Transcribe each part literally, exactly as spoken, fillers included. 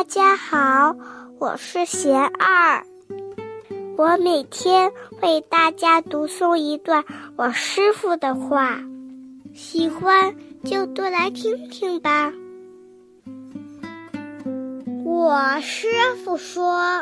家好，我是贤二，我每天为大家读诵一段我师父的话，喜欢就多来听听吧。我师父说，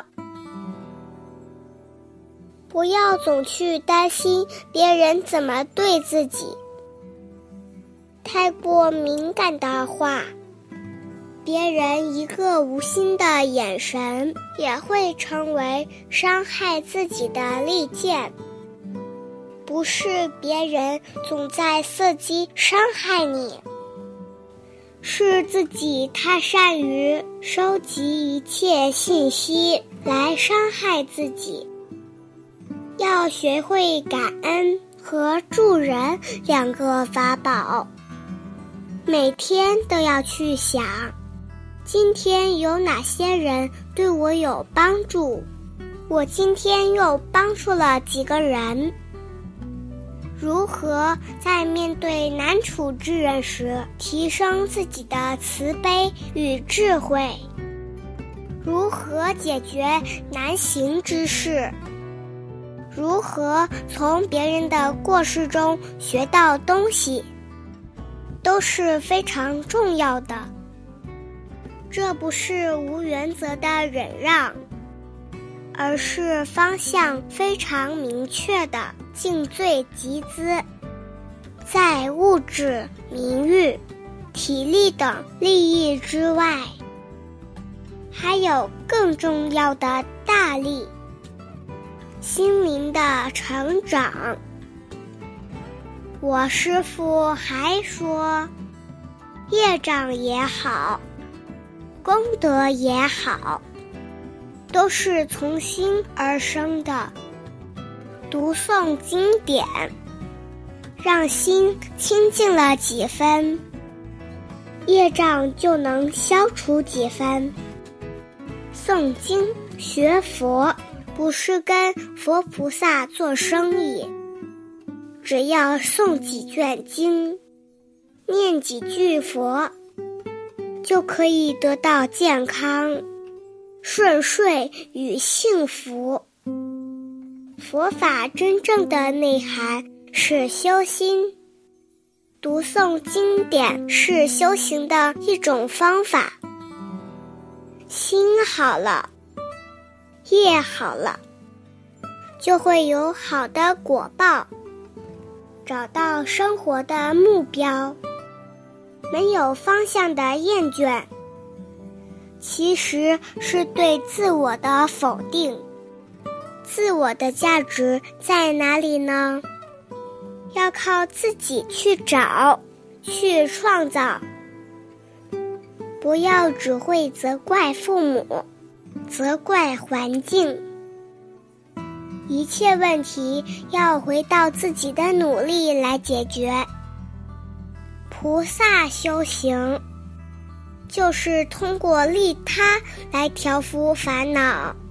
不要总去担心别人怎么对自己，太过敏感的话，别人一个无心的眼神也会成为伤害自己的利剑。不是别人总在伺机伤害你，是自己太善于收集一切信息来伤害自己。要学会感恩和助人两个法宝，每天都要去想，今天有哪些人对我有帮助？我今天又帮助了几个人？如何在面对难处之人时提升自己的慈悲与智慧？如何解决难行之事？如何从别人的过失中学到东西？都是非常重要的。这不是无原则的忍让，而是方向非常明确的尽罪集资，在物质、名誉、体力等利益之外，还有更重要的大利，心灵的成长。我师父还说，业障也好，功德也好，都是从心而生的。读诵经典，让心清净了几分，业障就能消除几分。诵经学佛，不是跟佛菩萨做生意，只要诵几卷经，念几句佛，就可以得到健康、顺遂与幸福。佛法真正的内涵是修心，读诵经典是修行的一种方法。心好了，业好了，就会有好的果报，找到生活的目标，没有方向的厌倦，其实是对自我的否定。自我的价值在哪里呢？要靠自己去找，去创造。不要只会责怪父母，责怪环境。一切问题要回到自己的努力来解决。菩萨修行，就是通过利他来调伏烦恼。